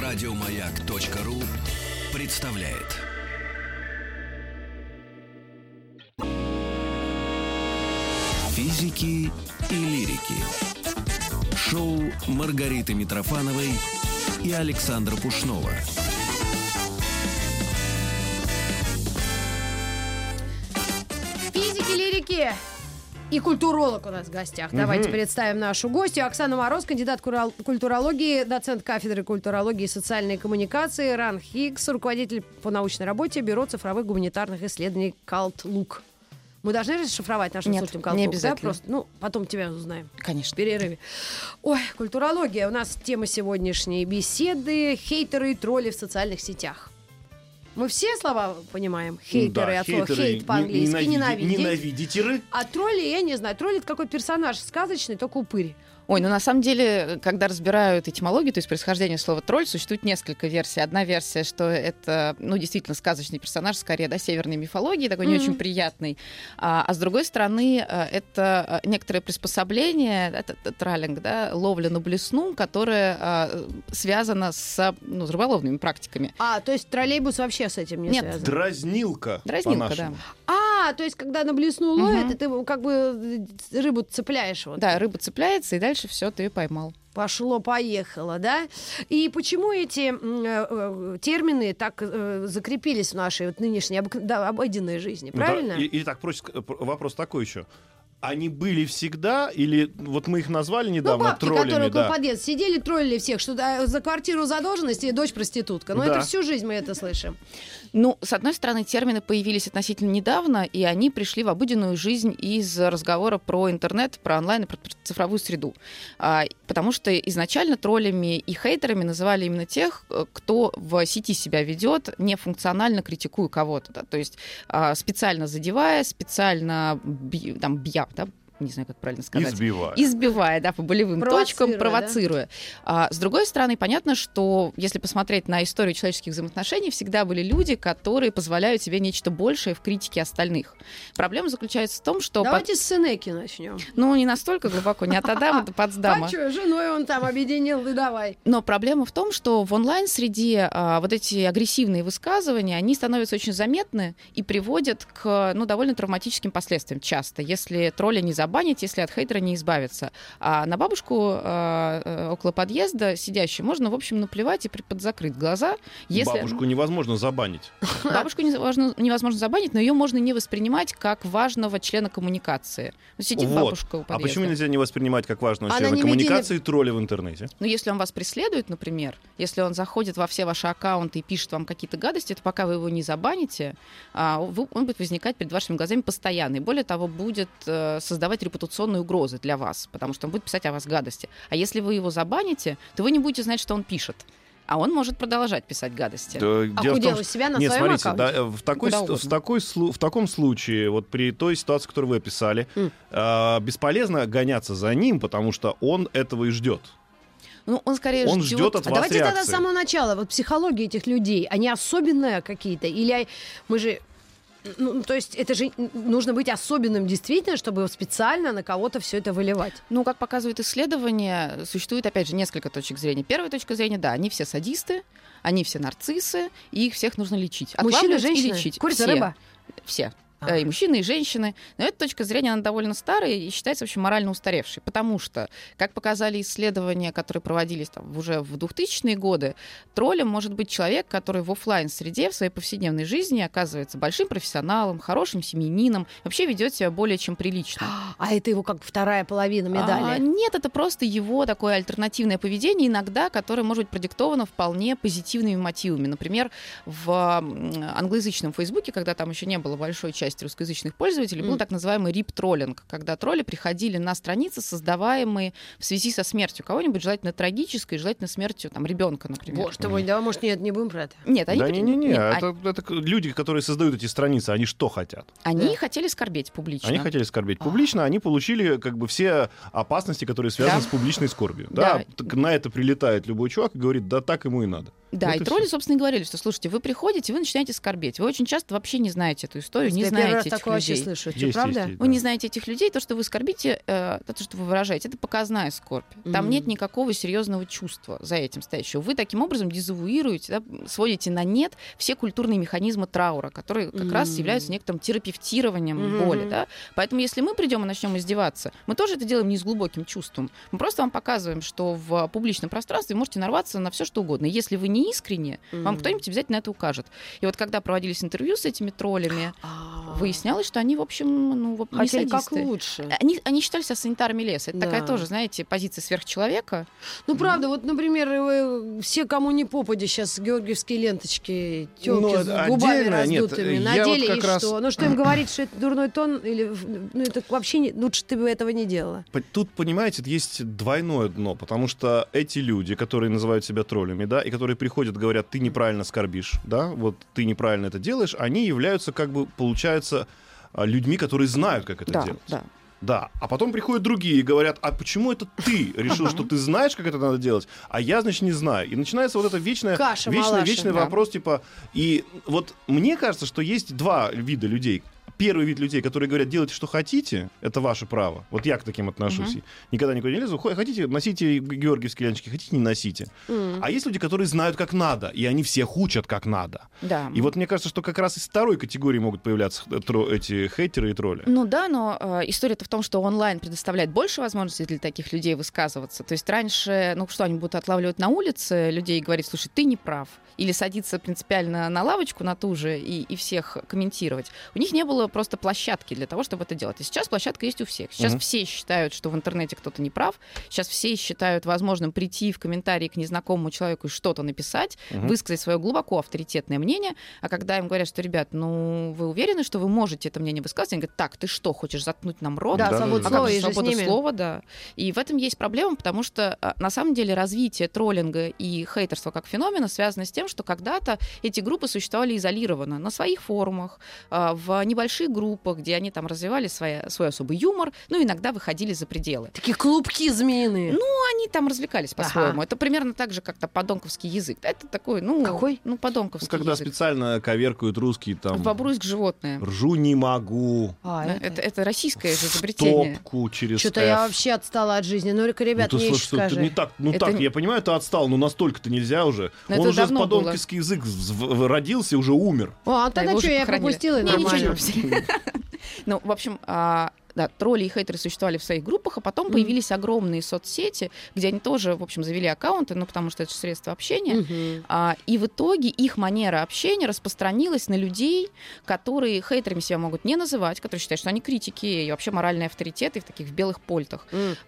Радиомаяк.ру представляет. Физики и лирики. Шоу Маргариты Митрофановой и Александра Пушнова. Физики, лирики и культуролог у нас в гостях. Давайте представим нашу гостью. Оксана Мороз, кандидат культурологии, доцент кафедры культурологии и социальной коммуникации РАН ХИКС, руководитель по научной работе Бюро цифровых гуманитарных исследований КалТЛУК. Мы должны расшифровать нашим слушателям КалТЛУК? Не обязательно. Да, просто, потом тебя узнаем. Конечно. В перерыве. Ой, культурология. У нас тема сегодняшней беседы: хейтеры и тролли в социальных сетях. Мы все слова понимаем? Хейтеры, да, от слова хейт по-английски, ненавидеть. Ненавидитеры. А тролли, я не знаю. Тролли — это какой персонаж сказочный, только упырь. Ой, на самом деле, когда разбирают этимологию, то есть происхождение слова «тролль», существует несколько версий. Одна версия, что это, действительно сказочный персонаж, скорее, северной мифологии, такой не очень приятный. А с другой стороны, это некоторое приспособление, это троллинг, ловля на блесну, которая связана с рыболовными практиками. То есть троллейбус вообще с этим не связан? Дразнилка, да. То есть когда на блесну ловят, и ты как бы рыбу цепляешь. Вот. Да, рыба цепляется, и дальше все, ты ее поймал. Пошло-поехало, да? И почему эти термины так закрепились в нашей нынешней обыденной жизни, правильно? И так, вопрос такой еще. Они были всегда, или вот мы их назвали недавно бабки, троллями? которые около подъезда сидели, троллили всех, что за квартиру задолженность и дочь проститутка. Это всю жизнь мы это слышим. С одной стороны, термины появились относительно недавно, и они пришли в обыденную жизнь из разговора про интернет, про онлайн и про цифровую среду. Потому что изначально троллями и хейтерами называли именно тех, кто в сети себя ведет, нефункционально критикуя кого-то. Да? То есть специально задевая, специально бья, не знаю, как правильно сказать. Избивая, по болевым точкам, провоцируя. С другой стороны, понятно, что если посмотреть на историю человеческих взаимоотношений, всегда были люди, которые позволяют себе нечто большее в критике остальных. Проблема заключается в том, что... Давайте с Сенеки начнем. Не настолько глубоко, не от Адама до Потсдама. А что, женой он там объединил, и давай. Но проблема в том, что в онлайн-среде вот эти агрессивные высказывания, они становятся очень заметны и приводят к довольно травматическим последствиям часто, если тролля не забанить, если от хейтера не избавиться. А на бабушку около подъезда сидящую можно, в общем, наплевать и подзакрыть глаза. Бабушку невозможно забанить. Бабушку невозможно забанить, но ее можно не воспринимать как важного члена коммуникации. Сидит бабушка у подъезда. А почему нельзя не воспринимать как важного члена коммуникации тролля в интернете? Если он вас преследует, например, если он заходит во все ваши аккаунты и пишет вам какие-то гадости, то пока вы его не забаните, он будет возникать перед вашими глазами постоянно. И более того, будет создавать репутационные угрозы для вас, потому что он будет писать о вас гадости. А если вы его забаните, то вы не будете знать, что он пишет. А он может продолжать писать гадости. Куда у себя на своем аккаунте? В таком случае, вот при той ситуации, которую вы описали, бесполезно гоняться за ним, потому что он этого и ждет. Он скорее ждет от вас Давайте реакции. тогда с самого начала. Психология этих людей, они особенные какие-то? Или мы же... то есть это же нужно быть особенным действительно, чтобы специально на кого-то все это выливать. Как показывают исследования, существует, опять же, несколько точек зрения. Первая точка зрения, они все садисты, они все нарциссы, и их всех нужно лечить. Мужчины, женщины, лечить. курица, рыба? Все. И мужчины, и женщины. Но эта точка зрения, она довольно старая и считается вообще морально устаревшей. Потому что, как показали исследования, которые проводились уже в 2000-е годы, троллем может быть человек, который в офлайн-среде, в своей повседневной жизни оказывается большим профессионалом, хорошим семьянином, вообще ведет себя более чем прилично. А это его как вторая половина медали? Нет, это просто его такое альтернативное поведение, иногда, которое может быть продиктовано вполне позитивными мотивами. Например, в англоязычном Фейсбуке, когда там еще не было большой части русскоязычных пользователей, был так называемый рип-троллинг, когда тролли приходили на страницы, создаваемые в связи со смертью кого-нибудь, желательно трагической, желательно смертью ребенка, например. Боже ты мой, может, не будем про это? Нет, они... Это люди, которые создают эти страницы, они что хотят? Они хотели скорбеть публично. Они получили все опасности, которые связаны с публичной скорбью. На это прилетает любой чувак и говорит, да так ему и надо. Да, Вот и и тролли, всё. собственно, и говорили, что, слушайте, вы приходите, вы начинаете скорбеть. Вы очень часто вообще не знаете эту историю, не Я первый раз знаете этих такое вообще людей. слышу. Что, Есть, правда? есть, Вы не знаете этих людей, то, что вы скорбите, то, что вы выражаете, это показная скорбь. Там Мгм. нет никакого серьезного чувства за этим стоящего. Вы таким образом дезавуируете, да, сводите на нет все культурные механизмы траура, которые как раз являются некоторым терапевтированием боли. Да? Поэтому если мы придем и начнем издеваться, мы тоже это делаем не с глубоким чувством. Мы просто вам показываем, что в публичном пространстве вы можете нарваться на все, что угодно. И если вы не искренне, вам кто-нибудь обязательно это укажет. И вот когда проводились интервью с этими троллями, выяснялось, что они, в общем, не Хотели как садисты. лучше. Они считали себя санитарами леса. Это Да. такая тоже, знаете, позиция сверхчеловека. Ну, правда, вот, например, все, кому не попадя, сейчас георгиевские ленточки, Ну, тёлки с губами отдельно, нет, раздутыми, я надели, вот как и раз- что? Ну, что им говорить, что это дурной тон? Или, ну, это вообще лучше ты бы этого не делала. Тут, понимаете, есть двойное дно, потому что эти люди, которые называют себя троллями, да, и которые приходят, говорят, ты неправильно скорбишь, да, вот ты неправильно это делаешь, они являются, как бы, получается, людьми, которые знают, как это делать. Да. Да, а потом приходят другие и говорят, а почему это ты решил, что ты знаешь, как это надо делать, а я, значит, не знаю. И начинается вот это вечный Каша-малаша, да. вопрос, типа, и вот мне кажется, что есть два вида людей. Первый вид людей, которые говорят, делайте, что хотите, это ваше право. Вот я к таким отношусь. Никогда никуда не лезу. Хотите, носите георгиевские ленточки, хотите, не носите. А есть люди, которые знают, как надо, и они всех учат, как надо. Да. И вот мне кажется, что как раз из второй категории могут появляться эти хейтеры и тролли. Ну да, но история-то в том, что онлайн предоставляет больше возможностей для таких людей высказываться. То есть раньше, ну что, они будут отлавливать на улице людей и говорить, слушай, ты не прав. Или садиться принципиально на лавочку, на ту же, и всех комментировать. У них не было просто площадки для того, чтобы это делать. И сейчас площадка есть у всех. Сейчас все считают, что в интернете кто-то не прав. Сейчас все считают возможным прийти в комментарии к незнакомому человеку и что-то написать, высказать свое глубоко авторитетное мнение. А когда им говорят, что, ребят, ну, вы уверены, что вы можете это мнение высказывать? Они говорят, так, ты что, хочешь заткнуть нам рот? Да, Да, свобода да, А как слова, же и же с свобода ними. слова, да. И в этом есть проблема, потому что на самом деле развитие троллинга и хейтерства как феномена связано с тем, что когда-то эти группы существовали изолированно на своих форумах, в небольших группах, где они там развивали свой особый юмор, ну, иногда выходили за пределы. Такие клубки змеиные. Ну, они там развлекались по-своему. Ага. Это примерно так же, как-то подонковский язык. Это такой, ну... Какой? Ну, подонковский Когда язык. специально коверкают русские там. Бобруйск животное. Ржу не могу. А, Да, это... это российское же изобретение. Топку через Что-то F. я вообще отстала от жизни. Ну, ребят, ну, ты мне слушай, еще что ты скажи. не так, Это так, не- я понимаю, ты отстал, но настолько-то нельзя уже. Но Он это уже давно подонковский язык родился и уже умер. А, тогда его что, уже я похоронили. пропустила, и Не, ничего не нормально. пропустили. Ну, в общем, да, тролли и хейтеры существовали в своих группах, а потом появились огромные соцсети, где они тоже, в общем, завели аккаунты, ну, потому что это же средство общения. И в итоге их манера общения распространилась на людей, которые хейтерами себя могут не называть, которые считают, что они критики и вообще моральные авторитеты в таких белых польтах,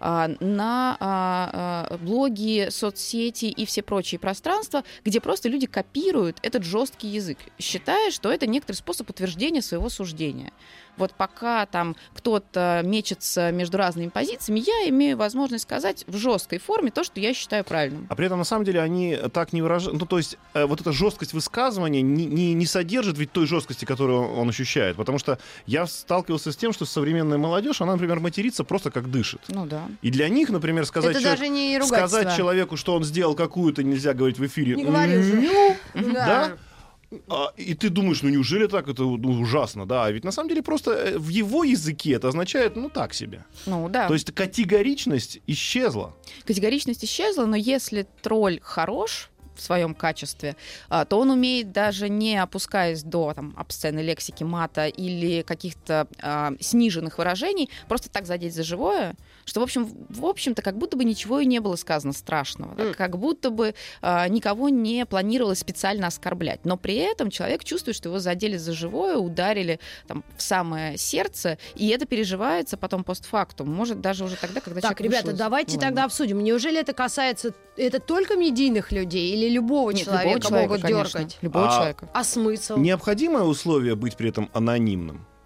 на блоги, соцсети и все прочие пространства, где просто люди копируют этот жесткий язык, считая, что это некоторый способ утверждения своего суждения. Вот пока там кто-то мечется между разными позициями, я имею возможность сказать в жесткой форме то, что я считаю правильным. А при этом, на самом деле, они так не выражают... Ну, то есть, вот эта жесткость высказывания не содержит ведь той жесткости, которую он ощущает. Потому что я сталкивался с тем, что современная молодежь, она, например, матерится просто как дышит. Ну да. И для них, например, сказать, Это даже не ругательство. сказать человеку, что он сделал какую-то, нельзя говорить в эфире. Не говори уже. Да? И ты думаешь, ну неужели так? Это ужасно, да? А ведь на самом деле просто в его языке это означает, ну так себе. Ну да. То есть категоричность исчезла. Категоричность исчезла, но если тролль хорош в своем качестве, то он умеет, даже не опускаясь до там, обсценной лексики, мата или каких-то сниженных выражений, просто так задеть за живое, что, в общем-то, как будто бы ничего и не было сказано страшного, да, как будто бы никого не планировалось специально оскорблять. Но при этом человек чувствует, что его задели за живое, ударили там, в самое сердце, и это переживается потом постфактум. Может, даже уже тогда, когда Так, человек ребята, вышел из давайте ванны. тогда обсудим. Неужели это касается только медийных людей или любого Нет, человека любого человека, могут конечно. дергать? Любого человека. А смысл? Необходимое условие быть при этом анонимным.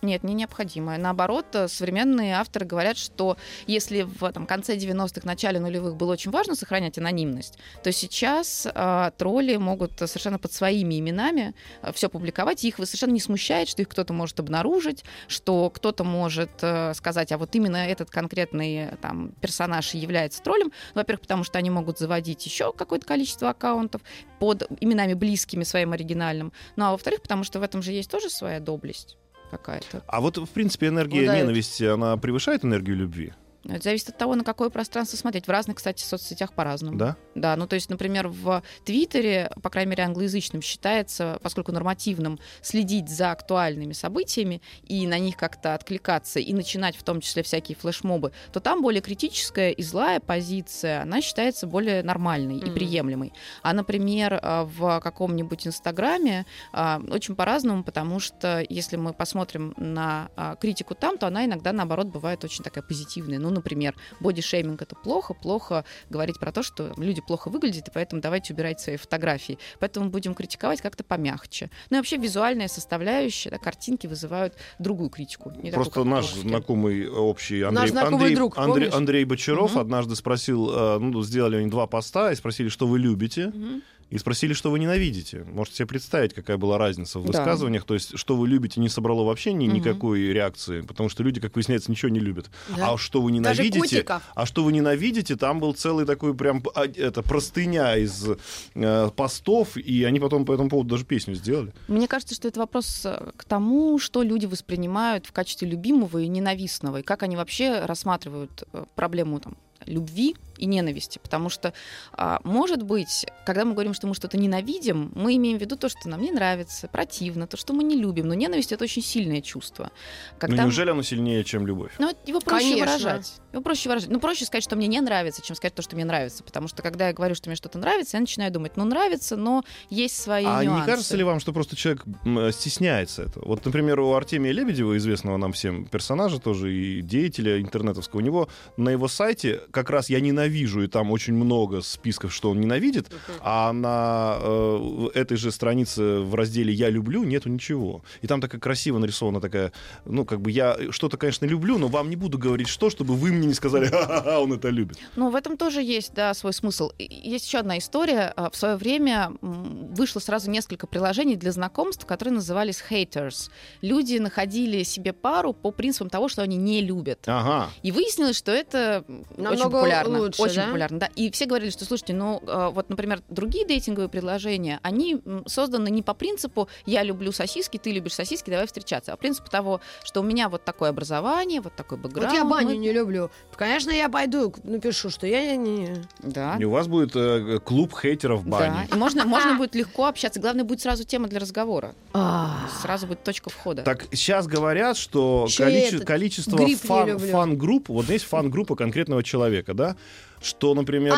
Нет, не необходимо. Наоборот, современные авторы говорят, что если в конце 90-х, начале нулевых было очень важно сохранять анонимность, то сейчас тролли могут совершенно под своими именами все публиковать, и их совершенно не смущает, что их кто-то может обнаружить, что кто-то может сказать, а вот именно этот конкретный персонаж является троллем. Во-первых, потому что они могут заводить еще какое-то количество аккаунтов под именами близкими своим оригинальным. Ну а во-вторых, потому что в этом же есть тоже своя доблесть какая-то. А вот, в принципе, энергия ненависти, она превышает энергию любви? Это зависит от того, на какое пространство смотреть. В разных, кстати, соцсетях по-разному. Да? Да, то есть, например, в Твиттере, по крайней мере, англоязычным считается, поскольку нормативным, следить за актуальными событиями и на них как-то откликаться, и начинать в том числе всякие флешмобы, то там более критическая и злая позиция, она считается более нормальной и приемлемой. А, например, в каком-нибудь Инстаграме очень по-разному, потому что если мы посмотрим на критику там, то она иногда, наоборот, бывает очень такая позитивная. Например, бодишейминг — это плохо говорить про то, что люди плохо выглядят, и поэтому давайте убирать свои фотографии. Поэтому будем критиковать как-то помягче. Ну и вообще визуальная составляющая, картинки вызывают другую критику. Просто наш знакомый общий Андрей Бочаров однажды спросил, сделали они 2 поста и спросили, что вы любите. И спросили, что вы ненавидите. Можете себе представить, какая была разница в высказываниях. То есть, что вы любите, не собрало вообще никакой реакции, потому что люди, как выясняется, ничего не любят. Да. А что вы ненавидите, там был целый такой прям простыня из постов, и они потом по этому поводу даже песню сделали. Мне кажется, что это вопрос к тому, что люди воспринимают в качестве любимого и ненавистного, и как они вообще рассматривают проблему любви и ненависти, потому что, может быть, когда мы говорим, что мы что-то ненавидим, мы имеем в виду то, что нам не нравится, противно, то, что мы не любим, но ненависть — это очень сильное чувство. Когда... неужели оно сильнее, чем любовь? Его проще выражать. Проще сказать, что мне не нравится, чем сказать то, что мне нравится, потому что, когда я говорю, что мне что-то нравится, я начинаю думать, нравится, но есть свои нюансы. А не кажется ли вам, что просто человек стесняется этого? Вот, например, у Артемия Лебедева, известного нам всем персонажа тоже и деятеля интернетовского, у него на его сайте как раз «Я ненавижу», и там очень много списков, что он ненавидит, а на этой же странице в разделе «Я люблю» нету ничего. И там такая красиво нарисована такая, я что-то, конечно, люблю, но вам не буду говорить чтобы вы мне не сказали, ха-ха-ха, он это любит. В этом тоже есть, свой смысл. Есть еще одна история. В свое время вышло сразу несколько приложений для знакомств, которые назывались haters. Люди находили себе пару по принципам того, что они не любят. Ага. И выяснилось, что это очень популярно. Очень популярно, да. И все говорили, что, слушайте, вот, например, другие дейтинговые предложения, они созданы не по принципу «я люблю сосиски, ты любишь сосиски, давай встречаться», а по принципу того, что у меня вот такое образование, вот такой бэкграунд. Вот я баню не люблю. Конечно, я пойду, напишу, что я не... Да. И у вас будет клуб хейтеров бани. Да. И можно будет легко общаться. Главное, будет сразу тема для разговора. Сразу будет точка входа. Так, сейчас говорят, что количество фан-групп, вот есть фан-группа конкретного человека, да, что, например,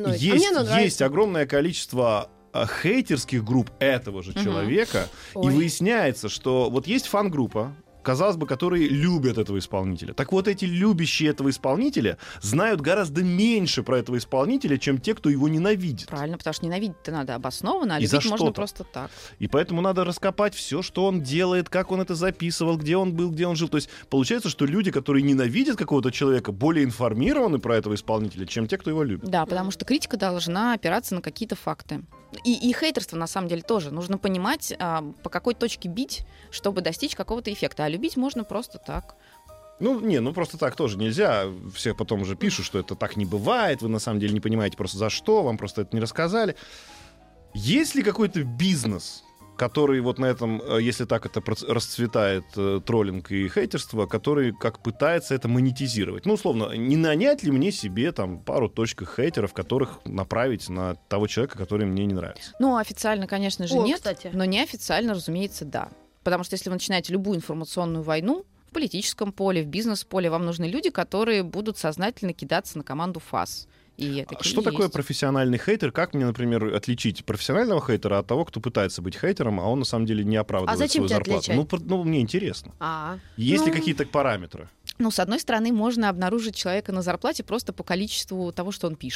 есть огромное количество хейтерских групп этого же человека, и выясняется, что вот есть фан-группа, казалось бы, которые любят этого исполнителя. Так вот, эти любящие этого исполнителя знают гораздо меньше про этого исполнителя, чем те, кто его ненавидит. Правильно, потому что ненавидеть-то надо обоснованно, а любить можно просто так. И поэтому надо раскопать все, что он делает, как он это записывал, где он был, где он жил. То есть получается, что люди, которые ненавидят какого-то человека, более информированы про этого исполнителя, чем те, кто его любит. Да, потому что критика должна опираться на какие-то факты. И хейтерство, на самом деле, тоже. Нужно понимать, по какой точке бить, чтобы достичь какого-то эффекта. А любить можно просто так. Просто так тоже нельзя. Все потом уже пишут, что это так не бывает, вы на самом деле не понимаете просто за что, вам просто это не рассказали. Есть ли какой-то бизнес, который вот на этом, если так это расцветает троллинг и хейтерство, который как пытается это монетизировать? Условно, не нанять ли мне себе пару точек хейтеров, которых направить на того человека, который мне не нравится? Официально, конечно же, нет, кстати. Но неофициально, разумеется, да. Потому что если вы начинаете любую информационную войну, в политическом поле, в бизнес-поле, вам нужны люди, которые будут сознательно кидаться на команду ФАС. Что такое профессиональный хейтер? Как мне, например, отличить профессионального хейтера от того, кто пытается быть хейтером, а он на самом деле не оправдывает свою зарплату? Мне интересно. Есть ли какие-то параметры? С одной стороны, можно обнаружить человека на зарплате просто по количеству того, что он пишет.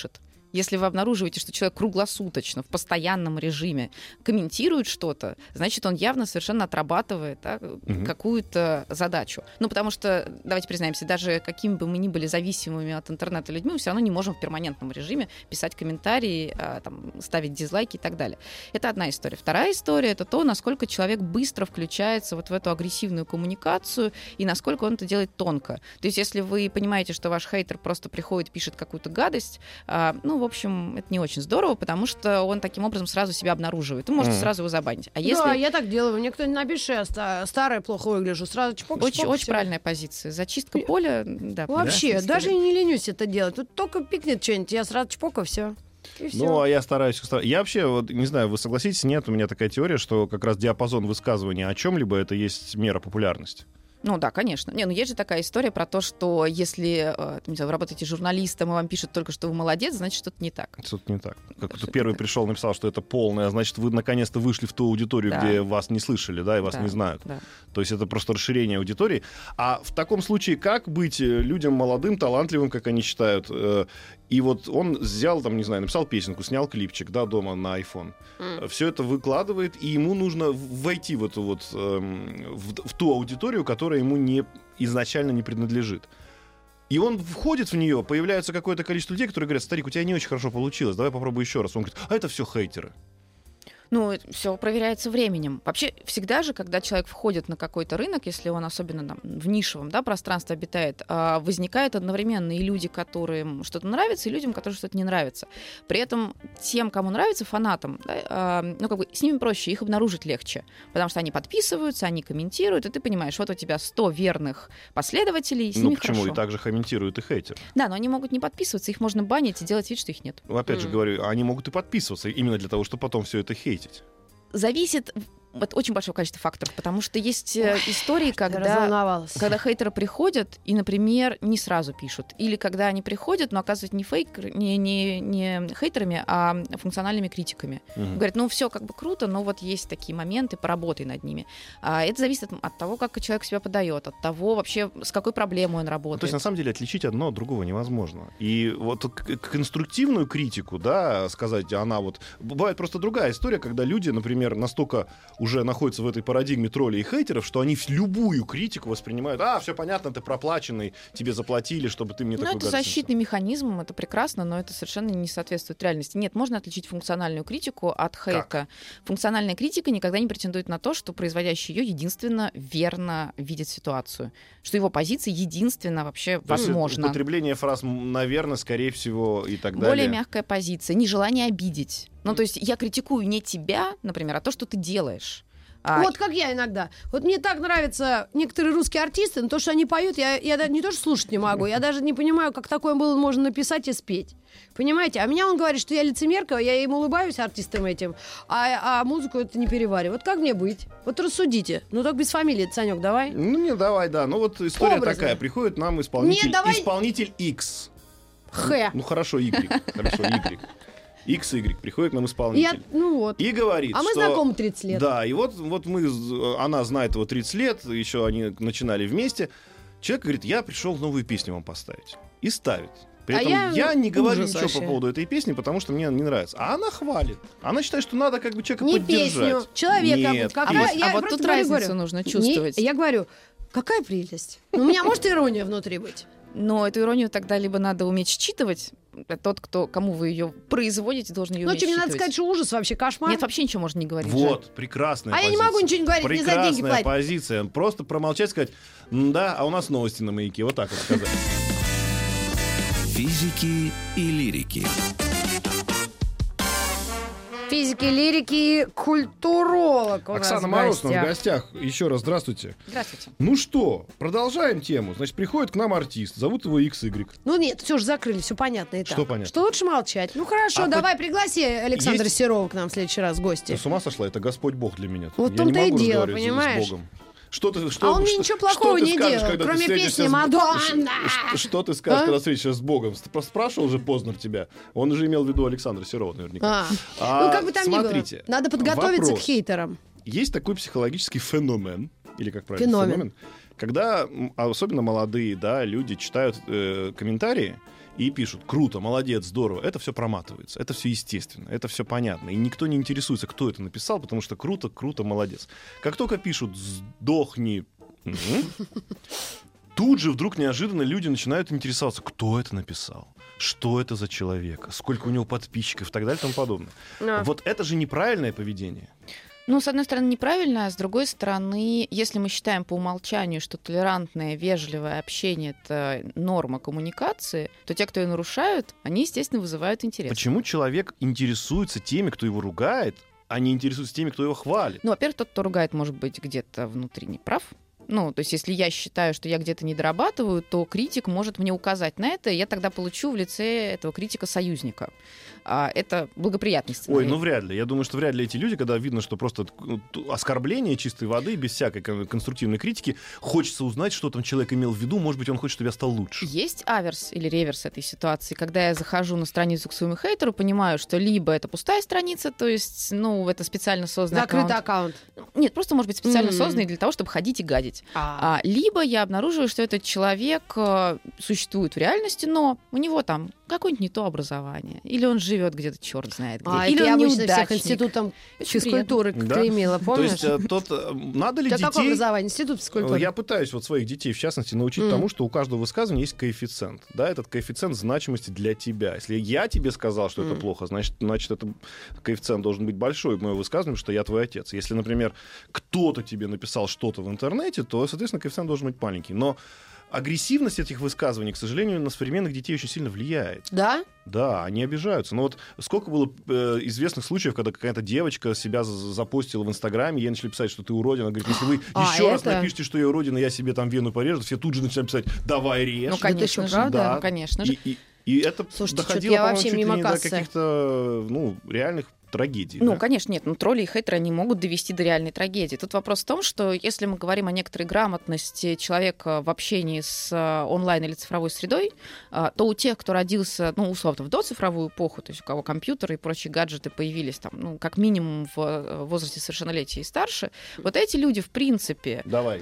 Если вы обнаруживаете, что человек круглосуточно, в постоянном режиме комментирует что-то, значит, он явно совершенно отрабатывает, да, какую-то задачу. Ну, потому что, давайте признаемся, даже какими бы мы ни были зависимыми от интернета людьми, мы все равно не можем в перманентном режиме писать комментарии, там, ставить дизлайки и так далее. Это одна история. Вторая история — это то, насколько человек быстро включается вот в эту агрессивную коммуникацию и насколько он это делает тонко. То есть, если вы понимаете, что ваш хейтер просто приходит, пишет какую-то гадость, в общем, это не очень здорово, потому что он таким образом сразу себя обнаруживает. Вы можете сразу его забанить. А если... Да, я так делаю. Мне кто-нибудь напишет, я старая, плохо выгляжу, сразу чпок. Очень правильная позиция. Зачистка поля, да. Вообще, даже и не ленюсь это делать. Тут только пикнет что-нибудь, я сразу чпока, все. Ну, а я стараюсь... Я вообще, вот, не знаю, вы согласитесь, нет, у меня такая теория, что как раз диапазон высказывания о чем-либо — это есть мера популярности. Ну да, конечно. Есть же такая история про то, что если не знаю, вы работаете журналистом, и вам пишут только, что вы молодец, значит, что-то не так. Что-то не так. Как-то первый пришел, написал, что это полное, значит, вы наконец-то вышли в ту аудиторию, где вас не слышали, да, и вас не знают. Да. То есть это просто расширение аудитории. А в таком случае как быть людям молодым, талантливым, как они считают? И вот он взял, там, не знаю, написал песенку, снял клипчик, да, дома на iPhone. Все это выкладывает, и ему нужно войти в эту вот, в ту аудиторию, которая ему изначально не принадлежит. И он входит в нее, появляется какое-то количество людей, которые говорят: старик, у тебя не очень хорошо получилось, давай попробуй еще раз. Он говорит: а это все хейтеры. Все проверяется временем. Вообще, всегда же, когда человек входит на какой-то рынок, если он особенно там, в нишевом пространстве обитает, возникают одновременно и люди, которым что-то нравится, и людям, которым что-то не нравится. При этом тем, кому нравится, фанатам, с ними проще, их обнаружить легче, потому что они подписываются, они комментируют, и ты понимаешь, вот у тебя 100 верных последователей, с ними почему? Хорошо. И также комментируют и хейтеры. Да, но они могут не подписываться, их можно банить и делать вид, что их нет. Опять же говорю, они могут и подписываться именно для того, чтобы потом все это хейтить. Зависит от очень большого количества факторов, потому что есть истории, когда хейтеры приходят и, например, не сразу пишут. Или когда они приходят, но оказываются не хейтерами, а функциональными критиками. Говорят, все как бы круто, но вот есть такие моменты, поработай над ними. Это зависит от того, как человек себя подает, от того вообще, с какой проблемой он работает. То есть, на самом деле, отличить одно от другого невозможно. И вот конструктивную критику, да, сказать, она вот... Бывает просто другая история, когда люди, например, настолько уже находятся в этой парадигме троллей и хейтеров, что они любую критику воспринимают: все понятно, ты проплаченный, тебе заплатили, чтобы ты мне такой гадость. Это защитный механизм, это прекрасно, но это совершенно не соответствует реальности. Нет, можно отличить функциональную критику от хейта. Как? Функциональная критика никогда не претендует на то, что производящий ее единственно верно видит ситуацию, что его позиция единственно вообще возможна. Употребление фраз «наверное», «скорее всего» и так далее. Более мягкая позиция, нежелание обидеть. То есть я критикую не тебя, например, а то, что ты делаешь. Вот как я иногда. Вот мне так нравятся некоторые русские артисты, но то, что они поют, я даже не то, что слушать не могу, я даже не понимаю, как такое было можно написать и спеть. Понимаете? А меня он говорит, что я лицемерка, я им улыбаюсь, артистам этим, а музыку это не перевариваю. Вот как мне быть? Вот рассудите. Только без фамилии, Санёк, давай. Не давай, да. Вот история образно такая. Приходит нам исполнитель X. Х. Хорошо, Y. Хорошо, Y. XY приходит к нам исполнитель. И говорит, мы знакомы 30 лет. Да, и вот она знает его 30 лет, еще они начинали вместе. Человек говорит: я пришел новую песню вам поставить. И ставит. При этом я не говорю ничего по поводу этой песни, потому что мне не нравится. А она хвалит. Она считает, что надо как бы человека поддержать. Не песню, человека. Нет, а вот тут разницу нужно чувствовать. Я говорю, какая прелесть. У меня может ирония внутри быть. Но эту иронию тогда либо надо уметь считывать, тот, кому вы ее производите, должен ее уметь считывать. Мне надо сказать, что ужас вообще, кошмар. Нет, вообще ничего можно не говорить. Вот, прекрасная позиция. Я не могу ничего не говорить, мне за деньги платят. Прекрасная позиция. Просто промолчать, сказать: да, а у нас новости на Маяке. Вот так вот сказать. Физики и лирики. Физики, лирики, культуролог у Оксана нас Мороз в гостях. Еще раз здравствуйте. Здравствуйте. Ну что, продолжаем тему. Значит, приходит к нам артист, зовут его XY. Нет, все же закрыли, все понятно и так. Что понятно? Что лучше молчать. Хорошо, давай пригласи Александра Серова к нам в следующий раз в гости. Ты с ума сошла? Это Господь Бог для меня. Вот в том-то и дело, понимаешь? С Богом. Он мне ничего плохого не делал, кроме песни «Мадонна». Что ты скажешь, когда встретишься с Богом? Спрашивал же Познер тебя. Он же имел в виду Александра Серова наверняка. Как бы там ни было, надо подготовиться к хейтерам. Есть такой психологический феномен, или как правильно, феномен, когда особенно молодые люди читают комментарии и пишут: круто, молодец, здорово. Это все проматывается, это все естественно, это все понятно. И никто не интересуется, кто это написал, потому что круто, круто, молодец. Как только пишут «сдохни», тут же вдруг неожиданно люди начинают интересоваться, кто это написал, что это за человек, сколько у него подписчиков и так далее и тому подобное. Вот это же неправильное поведение. Ну, с одной стороны, неправильно, а с другой стороны, если мы считаем по умолчанию, что толерантное, вежливое общение — это норма коммуникации, то те, кто ее нарушают, они, естественно, вызывают интерес. Почему человек интересуется теми, кто его ругает, а не интересуется теми, кто его хвалит? Ну, во-первых, тот, кто ругает, может быть где-то внутри не прав. Ну, то есть, если я считаю, что я где-то не дорабатываю, то критик может мне указать на это, и я тогда получу в лице этого критика союзника. Это благоприятный сценарий. Ой, ну вряд ли. Я думаю, что вряд ли эти люди, когда видно, что просто оскорбление чистой воды, без всякой конструктивной критики, хочется узнать, что там человек имел в виду, может быть, он хочет, чтобы я стал лучше. Есть аверс или реверс этой ситуации, когда я захожу на страницу к своему хейтеру, понимаю, что либо это пустая страница, то есть, ну, это специально созданный Закрытый аккаунт. Нет, просто, может быть, специально созданный для того, чтобы ходить и гадить. Либо я обнаруживаю, что этот человек существует в реальности, но у него там какое-нибудь не то образование. Или он живет где-то, черт знает где. Или это он я обычно неудачник. всех институтом физкультуры клеймила, помнишь? То есть надо ли детей... Какое образование? Институт физкультуры. Я пытаюсь вот своих детей, в частности, научить тому, что у каждого высказывания есть коэффициент. Да, этот коэффициент значимости для тебя. Если я тебе сказал, что это плохо, значит, это коэффициент должен быть большой в моем высказывании, что я твой отец. Если, например, кто-то тебе написал что-то в интернете, то, соответственно, коэффициент должен быть маленький. Но агрессивность этих высказываний, к сожалению, на современных детей очень сильно влияет. Да? Да, они обижаются. Но вот сколько было известных случаев, когда какая-то девочка себя запостила в Инстаграме, ей начали писать, что ты уродина. Она говорит, если вы еще раз напишите, что я уродина, я себе там вену порежу, все тут же начинают писать, давай режь. Ну, конечно же. Правда? Да. Ну, конечно же. И это доходило, по-моему, чуть ли не до каких-то реальных трагедии. Ну, да? Конечно, нет. Тролли и хейтеры, они могут довести до реальной трагедии. Тут вопрос в том, что если мы говорим о некоторой грамотности человека в общении с онлайн или цифровой средой, то у тех, кто родился, условно, в доцифровую эпоху, то есть у кого компьютеры и прочие гаджеты появились там, как минимум в возрасте совершеннолетия и старше, вот эти люди, в принципе... Дай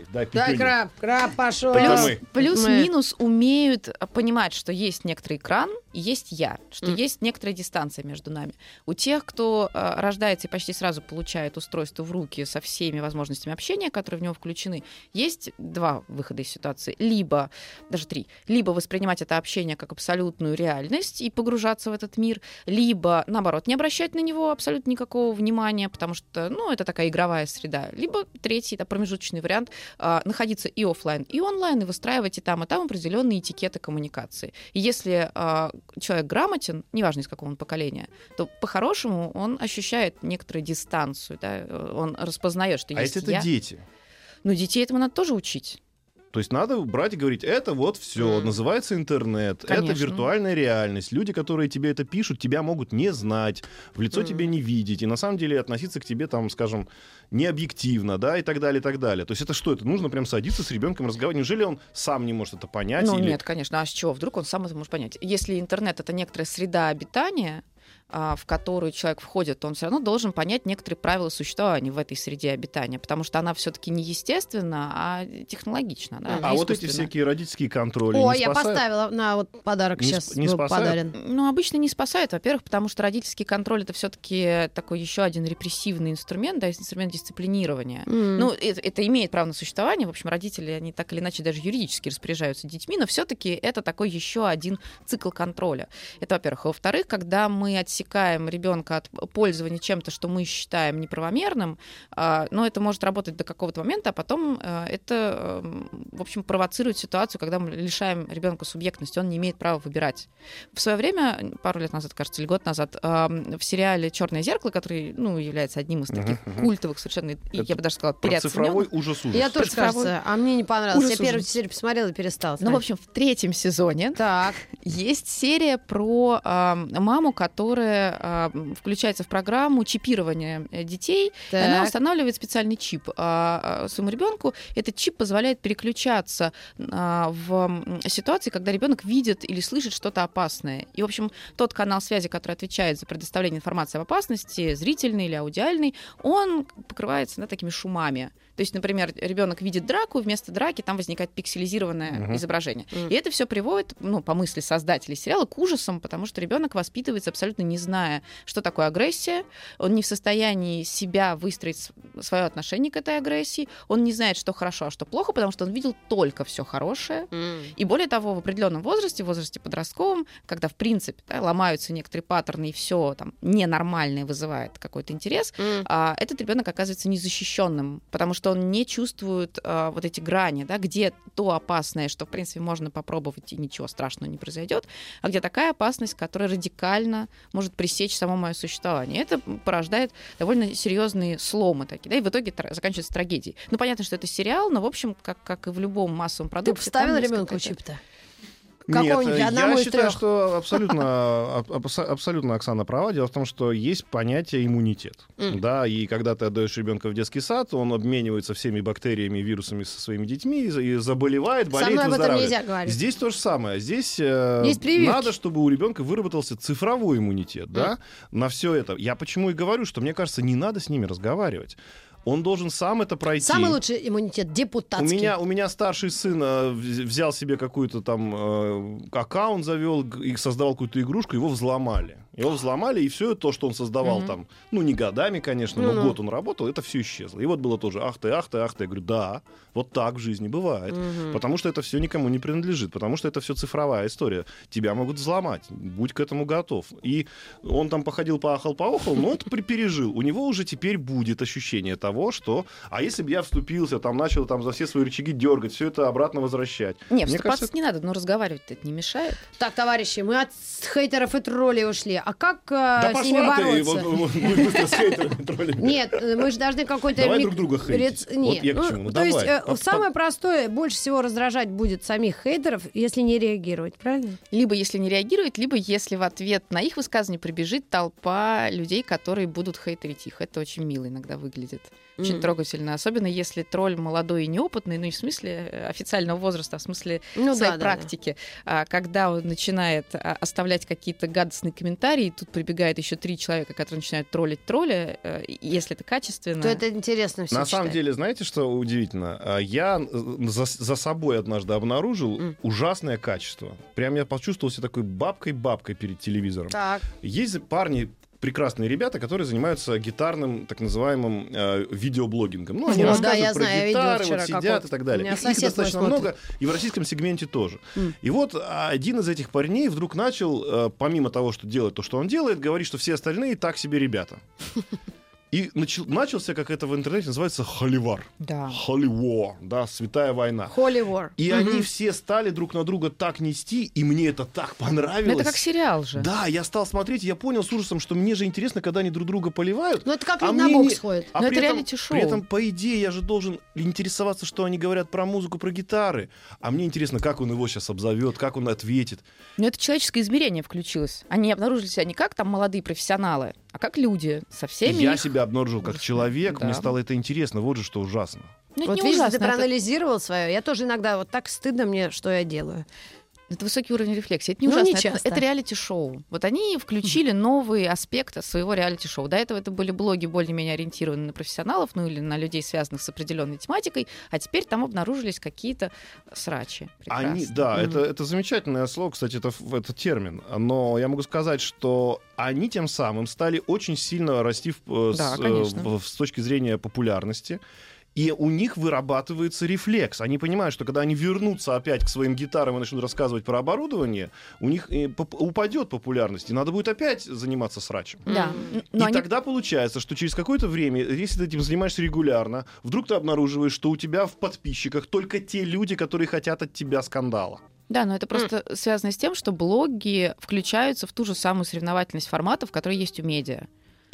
краб пошел. Плюс-минус умеют понимать, что есть некоторый экран, и есть я, что есть некоторая дистанция между нами. У тех, кто рождается и почти сразу получает устройство в руки со всеми возможностями общения, которые в него включены, есть два выхода из ситуации. Либо, даже три, либо воспринимать это общение как абсолютную реальность и погружаться в этот мир, либо, наоборот, не обращать на него абсолютно никакого внимания, потому что, это такая игровая среда. Либо третий, промежуточный вариант, находиться и офлайн, и онлайн, и выстраивать и там определенные этикеты коммуникации. И если человек грамотен, неважно из какого он поколения, то по-хорошему он ощущает некоторую дистанцию, да? Он распознает, что есть если это дети? Детей этому надо тоже учить. То есть надо брать и говорить, это вот все, называется интернет, Конечно. это виртуальная реальность. Люди, которые тебе это пишут, тебя могут не знать, в лицо тебя не видеть, и на самом деле относиться к тебе, там, скажем, необъективно, да, и так далее, и так далее. То есть это что? Это нужно прям садиться с ребенком разговаривать. Неужели он сам не может это понять? Нет, конечно. А с чего? Вдруг он сам это может понять? Если интернет — это некоторая среда обитания, в которую человек входит, то он все равно должен понять некоторые правила существования в этой среде обитания, потому что она все-таки не естественна, а технологична. Да? А вот эти всякие родительские контроли не я поставила на подарок сейчас был подарен. Обычно не спасают, во-первых, потому что родительский контроль — это все-таки такой еще один репрессивный инструмент, да, инструмент дисциплинирования. Это имеет право на существование. В общем, родители, они так или иначе даже юридически распоряжаются детьми, но все-таки это такой еще один цикл контроля. Это, во-первых. А во-вторых, когда мы отсекаем ребенка от пользования чем-то, что мы считаем неправомерным, но это может работать до какого-то момента, а потом это, в общем, провоцирует ситуацию, когда мы лишаем ребенка субъектности, он не имеет права выбирать. В свое время, пару лет назад, кажется, или год назад, в сериале «Черное зеркало», который, является одним из таких культовых совершенно, я бы даже сказала, переоцененных. Цифровой ужас-ужас. Я тоже, кажется, а мне не понравилось. Я первую серию посмотрела и перестала. В общем, в третьем сезоне есть серия про маму, которая которая включается в программу чипирования детей. И она устанавливает специальный чип своему ребенку. Этот чип позволяет переключаться в ситуации, когда ребенок видит или слышит что-то опасное. И, в общем, тот канал связи, который отвечает за предоставление информации об опасности, зрительный или аудиальный, он покрывается такими шумами. То есть, например, ребенок видит драку, вместо драки там возникает пикселизированное изображение. И это все приводит, по мысли создателей сериала, к ужасам, потому что ребенок воспитывается абсолютно не зная, что такое агрессия. Он не в состоянии себя выстроить свое отношение к этой агрессии. Он не знает, что хорошо, а что плохо, потому что он видел только все хорошее. И более того, в определенном возрасте, в возрасте подростковом, когда в принципе ломаются некоторые паттерны и все там ненормальное вызывает какой-то интерес, этот ребенок оказывается незащищенным, потому что он не чувствует вот эти грани, где то опасное, что, в принципе, можно попробовать, и ничего страшного не произойдет, а где такая опасность, которая радикально может пресечь само мое существование. Это порождает довольно серьезные сломы такие, и в итоге заканчивается трагедией. Понятно, что это сериал, но, в общем, как и в любом массовом продукте... Ты вставил ребенку чип-то? Нет, я считаю, что абсолютно Оксана права. Дело в том, что есть понятие иммунитет. Да, и когда ты отдаешь ребенка в детский сад, он обменивается всеми бактериями, вирусами со своими детьми и заболевает, болеет, выздоравливает. Здесь то же самое. Здесь надо, чтобы у ребенка выработался цифровой иммунитет, на все это. Я почему и говорю, что мне кажется, не надо с ними разговаривать. Он должен сам это пройти. Самый лучший иммунитет депутатский. У меня старший сын взял себе какой-то там аккаунт, завел и создавал какую-то игрушку, его взломали. И все то, что он создавал там, не годами, конечно, но год он работал, это все исчезло. И вот было тоже ах ты. Я говорю, да, вот так в жизни бывает. Потому что это все никому не принадлежит, потому что это все цифровая история. Тебя могут взломать, будь к этому готов. И он там походил, поахал, но это пережил. У него уже теперь будет ощущение того, что... А если бы я вступился, начал за все свои рычаги дергать, все это обратно возвращать. Нет, вступаться не надо, но разговаривать-то это не мешает. Так, товарищи, мы от хейтеров и троллей ушли. А как с ними бороться? Нет, мы же должны какой-то... Давай друг друга хейтить. Нет, я к чему? То есть самое простое, больше всего раздражать будет самих хейтеров, если не реагировать, правильно? Либо если не реагировать, либо если в ответ на их высказывание прибежит толпа людей, которые будут хейтерить их. Это очень мило иногда выглядит. Очень трогательно. Особенно если тролль молодой и неопытный, не в смысле официального возраста, а в смысле своей практики. Когда он начинает оставлять какие-то гадостные комментарии, тут прибегает еще 3 человека, которые начинают троллить тролля, если это качественно. То это интересно все На самом деле, знаете, что удивительно? Я за собой однажды обнаружил ужасное качество. Прям я почувствовал себя такой бабкой перед телевизором. Так. Есть парни, прекрасные ребята, которые занимаются гитарным, так называемым, видеоблогингом. Они рассказывают про гитары, сидят и так далее. Их достаточно много, и в российском сегменте тоже. И вот один из этих парней вдруг начал, помимо того, что делает то, что он делает, говорить, что все остальные так себе ребята. И начался, как это в интернете называется, холивар. Да. Холивар, да, святая война. Холивар. И они все стали друг на друга так нести, и мне это так понравилось. Это как сериал же. Да, я стал смотреть, и я понял с ужасом, что мне же интересно, когда они друг друга поливают. Ну это как на бокс ходит. Но это реалити-шоу. При этом, по идее, я же должен интересоваться, что они говорят про музыку, про гитары. А мне интересно, как он его сейчас обзовет, как он ответит. Но это человеческое измерение включилось. Они обнаружили себя не как там молодые профессионалы, а как люди со всеми. Я себя обнаружил как человек, мне стало это интересно. Вот же что ужасно. Вот видишь, ты проанализировал свое. Я тоже иногда вот так стыдно мне, что я делаю. Это высокий уровень рефлексии. Это не ужасно. Это реалити-шоу. Вот они включили новый аспект своего реалити-шоу. До этого это были блоги более-менее ориентированы на профессионалов, или на людей, связанных с определенной тематикой, а теперь там обнаружились какие-то срачи. Это замечательное слово, кстати, это термин. Но я могу сказать, что они тем самым стали очень сильно расти с точки зрения популярности. И у них вырабатывается рефлекс. Они понимают, что когда они вернутся опять к своим гитарам и начнут рассказывать про оборудование, у них упадет популярность, и надо будет опять заниматься срачем. Да. И тогда получается, что через какое-то время, если ты этим занимаешься регулярно, вдруг ты обнаруживаешь, что у тебя в подписчиках только те люди, которые хотят от тебя скандала. Да, но это просто связано с тем, что блоги включаются в ту же самую соревновательность форматов, которые есть у медиа. И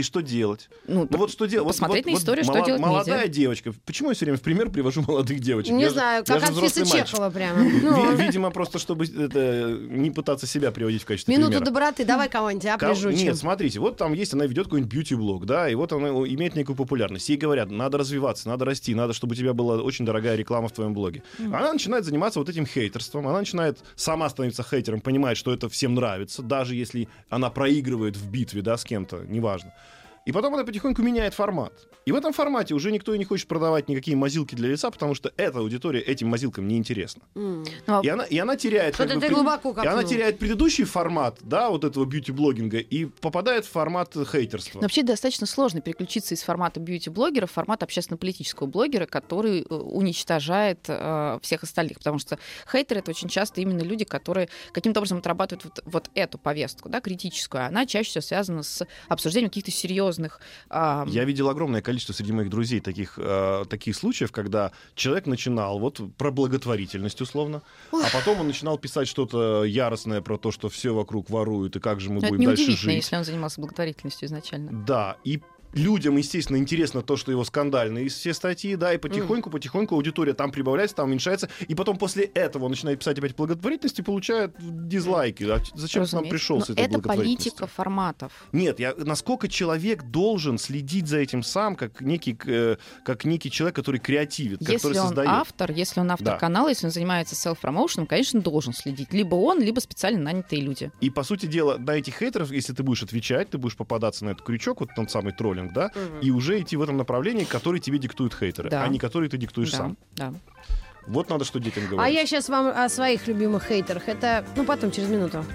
И что делать? Ну, вот что делать? Посмотреть на историю, что делать молодая нельзя. девочка. Почему я все время в пример привожу молодых девочек? Не знаю, как Анфиса Чехова прямо. Видимо, просто чтобы не пытаться себя приводить в качестве Минуту примера. доброты, давай кого-нибудь, прижучим. Нет, смотрите, вот там есть, она ведет какой-нибудь бьюти-блог, да, и вот она имеет некую популярность. Ей говорят, надо развиваться, надо расти, надо, чтобы у тебя была очень дорогая реклама в твоем блоге. Она начинает заниматься вот этим хейтерством, она начинает сама становиться хейтером, понимает, что это всем нравится, даже если она проигрывает в битве, да, с кем-то, неважно. И потом она потихоньку меняет формат. И в этом формате уже никто и не хочет продавать никакие мазилки для лица, потому что эта аудитория этим мазилкам неинтересна. И она теряет... Что-то ты глубоко копнул. И она теряет предыдущий формат, да, вот этого бьюти-блогинга, и попадает в формат хейтерства. Но вообще достаточно сложно переключиться из формата бьюти-блогера в формат общественно-политического блогера, который уничтожает всех остальных. Потому что хейтеры — это очень часто именно люди, которые каким-то образом отрабатывают вот эту повестку, да, критическую. Она чаще всего связана с обсуждением каких-то серьезных... Я видел огромное количество среди моих друзей таких случаев, когда человек начинал вот про благотворительность условно, а потом он начинал писать что-то яростное про то, что все вокруг воруют и как же мы будем дальше жить. Это неудивительно, если он занимался благотворительностью изначально. Да, и людям, естественно, интересно то, что его скандальные все статьи, да, и потихоньку аудитория там прибавляется, там уменьшается, и потом после этого он начинает писать опять благотворительность и получает дизлайки. А зачем ты нам пришел с этой благотворительностью? Это политика форматов. Нет, насколько человек должен следить за этим сам, как некий человек, который креативит, который создает. Если он автор канала, если он занимается селф-промоушеном, конечно, должен следить. Либо он, либо специально нанятые люди. И, по сути дела, на этих хейтеров, если ты будешь отвечать, ты будешь попадаться на этот крючок, вот тот самый троллинг, да, и уже идти в этом направлении, который тебе диктуют хейтеры, а не который ты диктуешь сам. Да. Вот надо что детям говорить. А я сейчас вам о своих любимых хейтерах. Это, потом, через минуту.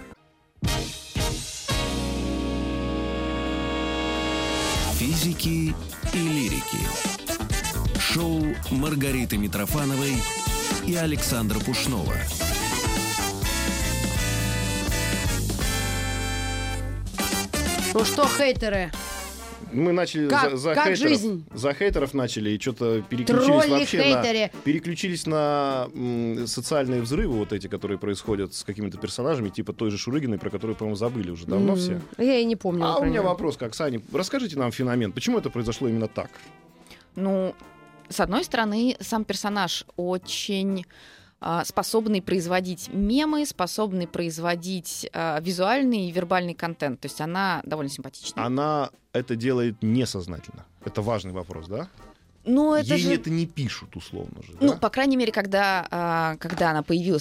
Физики и лирики. Шоу Маргариты Митрофановой и Александра Пушнова. Ну что, хейтеры? Мы начали за хейтеров начали, и что-то переключились на социальные взрывы вот эти, которые происходят с какими-то персонажами, типа той же Шурыгиной, про которую, по-моему, забыли уже давно все. Я и не помню. А у меня вопрос к Оксане. Расскажите нам феномен. Почему это произошло именно так? Ну, с одной стороны, сам персонаж очень... способный производить мемы, способный производить визуальный и вербальный контент. То есть она довольно симпатична. Она это делает несознательно. Это важный вопрос, да? Ну, это ей же... это не пишут, условно же. Ну, да? по крайней мере, когда она появилась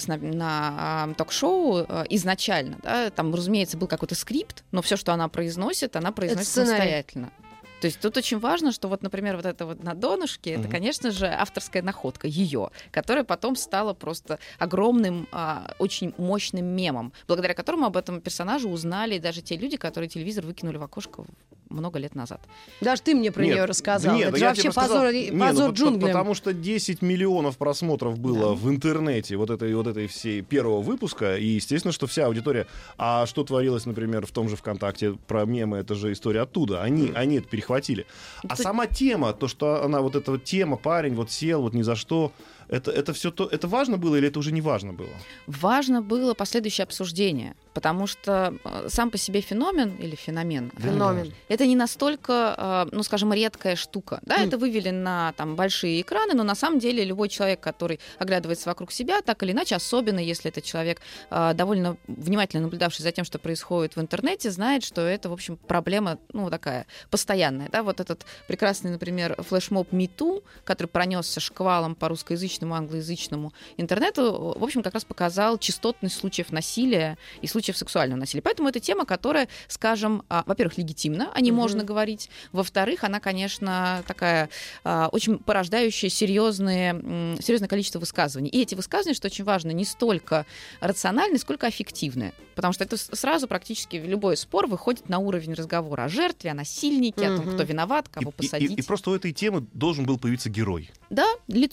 на ток-шоу изначально, да, там, разумеется, был какой-то скрипт, но все, что она произносит самостоятельно. То есть тут очень важно, что вот, например, вот это вот на донышке, это, конечно же, авторская находка ее, которая потом стала просто огромным, очень мощным мемом, благодаря которому об этом персонаже узнали даже те люди, которые телевизор выкинули в окошко много лет назад. Даже ты мне про нее рассказал. Нет, это же вообще позор джунглям. Потому что 10 миллионов просмотров было в интернете вот этой всей первого выпуска, и естественно, что вся аудитория... А что творилось, например, в том же ВКонтакте про мемы, это же история оттуда. Они это перехватили. А сама тема, то, что она вот эта вот тема, парень вот сел, вот ни за что... Это все то, это важно было или это уже не важно было? Важно было последующее обсуждение, потому что сам по себе феномен или феномен это не настолько, ну, скажем, редкая штука. Да, это вывели на там большие экраны, но на самом деле любой человек, который оглядывается вокруг себя, так или иначе, особенно если это человек, довольно внимательно наблюдавший за тем, что происходит в интернете, знает, что это, в общем, проблема, ну, такая постоянная. Да? Вот этот прекрасный, например, флешмоб MeToo, который пронесся шквалом по русскоязычному, англоязычному интернету, в общем, как раз показал частотность случаев насилия и случаев сексуального насилия. Поэтому это тема, которая, скажем, во-первых, легитимна, о ней можно говорить. Во-вторых, она, конечно, такая очень порождающая серьезное количество высказываний. И эти высказывания, что очень важно, не столько рациональные, сколько аффективные. Потому что это сразу практически любой спор выходит на уровень разговора о жертве, о насильнике, о том, кто виноват, кого посадить. И просто у этой темы должен был появиться герой. Да, лицо.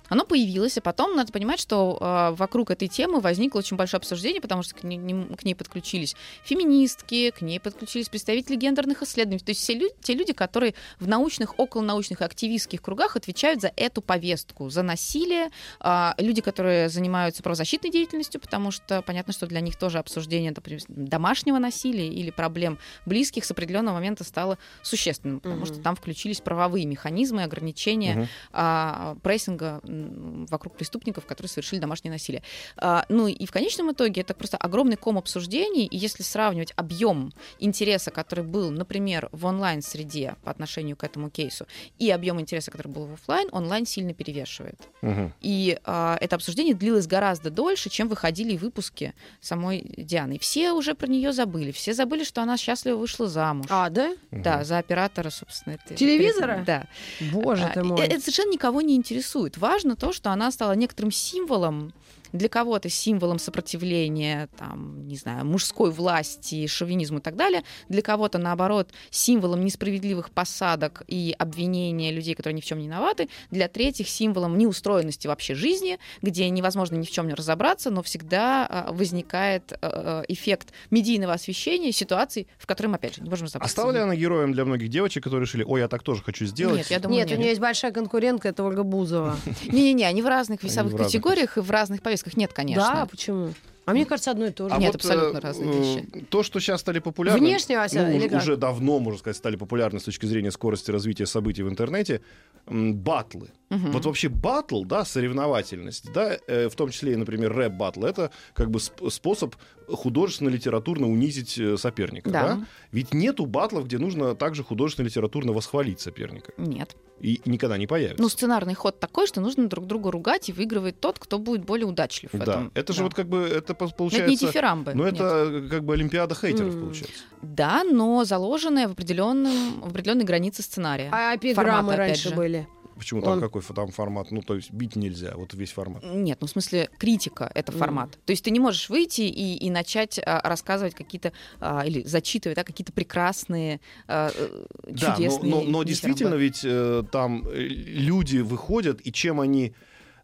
Оно появилось, а потом надо понимать, что вокруг этой темы возникло очень большое обсуждение, потому что к ней подключились феминистки, к ней подключились представители гендерных исследований. То есть все те люди, которые в научных, околонаучных и активистских кругах отвечают за эту повестку, за насилие. Люди, которые занимаются правозащитной деятельностью, потому что понятно, что для них тоже обсуждение, например, домашнего насилия или проблем близких с определенного момента стало существенным, потому что там включились правовые механизмы ограничения прессинга вокруг преступников, которые совершили домашнее насилие. Ну и в конечном итоге это просто огромный ком обсуждений, и если сравнивать объем интереса, который был, например, в онлайн-среде по отношению к этому кейсу, и объем интереса, который был в офлайн, онлайн сильно перевешивает. И это обсуждение длилось гораздо дольше, чем выходили выпуски самой Дианы. И все уже про нее забыли. Все забыли, что она счастливо вышла замуж. Да? Да, за оператора, собственно. Телевизора? Да. Боже ты мой. Это совершенно никого не интересует. Важно то, что она стала некоторым символом, для кого-то символом сопротивления, там, не знаю, мужской власти, шовинизму и так далее, для кого-то, наоборот, символом несправедливых посадок и обвинения людей, которые ни в чем не виноваты, для третьих символом неустроенности вообще жизни, где невозможно ни в чем не разобраться, но всегда возникает эффект медийного освещения ситуаций, в которой мы, опять же, не можем разобраться. А стала ли она героем для многих девочек, которые решили, ой, я так тоже хочу сделать? Нет, я думаю, нет. У нее есть большая конкурентка, это Ольга Бузова. Не-не-не, они в разных весовых категориях и в разных повестках. Нет, конечно. Да, почему? А мне кажется, одно и то же. Нет, абсолютно разные вещи. То, что сейчас стали популярны, внешне, уже давно, можно сказать, стали популярны с точки зрения скорости развития событий в интернете, баттлы. Вот вообще баттл, да, соревновательность, да, в том числе, например, рэп-баттл, это как бы способ художественно-литературно унизить соперника. Да. Ведь нету баттлов, где нужно также художественно-литературно восхвалить соперника. Нет. И никогда не появится. Ну, сценарный ход такой, что нужно друг друга ругать, и выигрывает тот, кто будет более удачлив в этом. Это же вот как бы, это получается... Это не дифирамбы. Ну, это как бы олимпиада хейтеров получается. Да, но заложенная в определенной границе сценария. А эпиграммы раньше были? Почему там какой там формат? Ну, то есть бить нельзя, вот весь формат. Нет, ну в смысле критика — это формат. То есть ты не можешь выйти и начать рассказывать какие-то, или зачитывать какие-то прекрасные, чудесные... Но действительно ведь там люди выходят, и чем они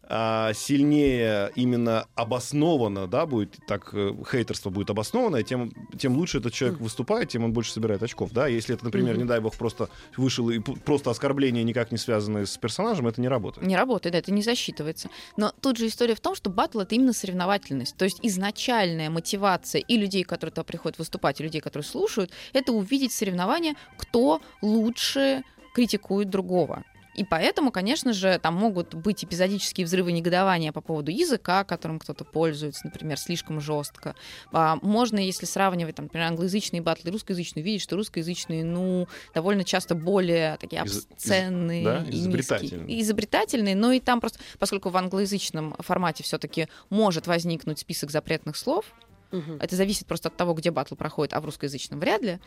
сильнее именно обоснованно, да, будет так, хейтерство будет обоснованное, тем лучше этот человек выступает, тем он больше собирает очков, да. Если это, например, не дай бог, просто вышел и просто оскорбление, никак не связанное с персонажем, это не работает. Не работает, да, это не засчитывается. Но тут же история в том, что баттл — это именно соревновательность. То есть изначальная мотивация и людей, которые туда приходят выступать, и людей, которые слушают, это увидеть соревнования, кто лучше критикует другого. И поэтому, конечно же, там могут быть эпизодические взрывы негодования по поводу языка, которым кто-то пользуется, например, слишком жестко. Можно, если сравнивать, там, например, англоязычные батлы и русскоязычные, видеть, что русскоязычные, довольно часто более такие обсценные, да? изобретательные, но и там просто, поскольку в англоязычном формате все-таки может возникнуть список запретных слов, это зависит просто от того, где баттл проходит, а в русскоязычном вряд ли,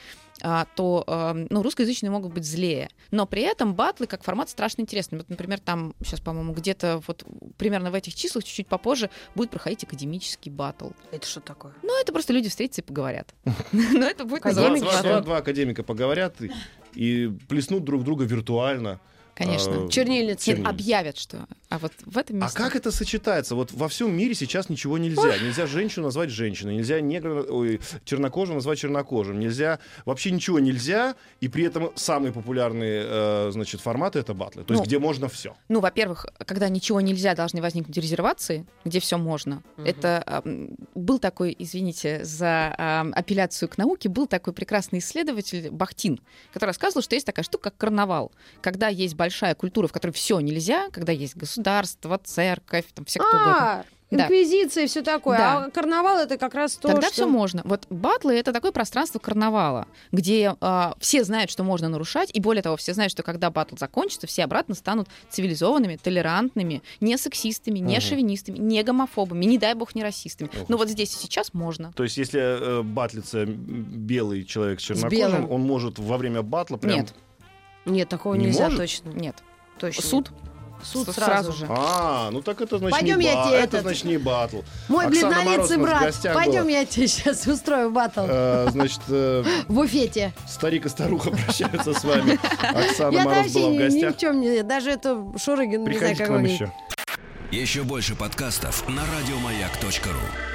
то русскоязычные могут быть злее. Но при этом баттлы как формат страшно интересный. Вот, например, там сейчас, по-моему, где-то вот примерно в этих числах чуть-чуть попозже будет проходить академический баттл. Это что такое? Ну, это просто люди встретятся и поговорят. Но это будет называться... Два академика поговорят и плеснут друг друга виртуально. Конечно. Чернильницы. Объявят, что... А вот в этом месте... А как это сочетается? Вот во всем мире сейчас ничего нельзя. Нельзя женщину назвать женщиной, нельзя чернокожего назвать чернокожим, нельзя... Вообще ничего нельзя, и при этом самые популярные, форматы — это баттлы. То есть где можно все. Ну, во-первых, когда ничего нельзя, должны возникнуть резервации, где все можно. Это был такой, извините за апелляцию к науке, был такой прекрасный исследователь Бахтин, который рассказывал, что есть такая штука, как карнавал. Когда есть большая культура, в которой все нельзя, когда есть государство, церковь, там все кто угодно. Инквизиция и все такое. Да. А карнавал — это как раз то, тогда все можно. Вот батлы — это такое пространство карнавала, где все знают, что можно нарушать, и более того, все знают, что когда батл закончится, все обратно станут цивилизованными, толерантными, не сексистами, не шовинистами, не гомофобами, не дай бог, не расистами. Но вот здесь и сейчас можно. То есть если батлится белый человек с чернокожим, он может во время батла прям... Нет, такого нельзя точно. Нет. Точно. Суд сразу же. Ну так это значит пойдем не батл. Мой бледнолицый брат. Пойдем, я тебе сейчас устрою батл. Значит, в буфете. Старик и старуха прощаются с вами. Оксана Мороз была в гостях. Я ни в чем не... Даже это Шурыгин, не знаю, как приходите к нам еще. Еще больше подкастов на радиомаяк.ру.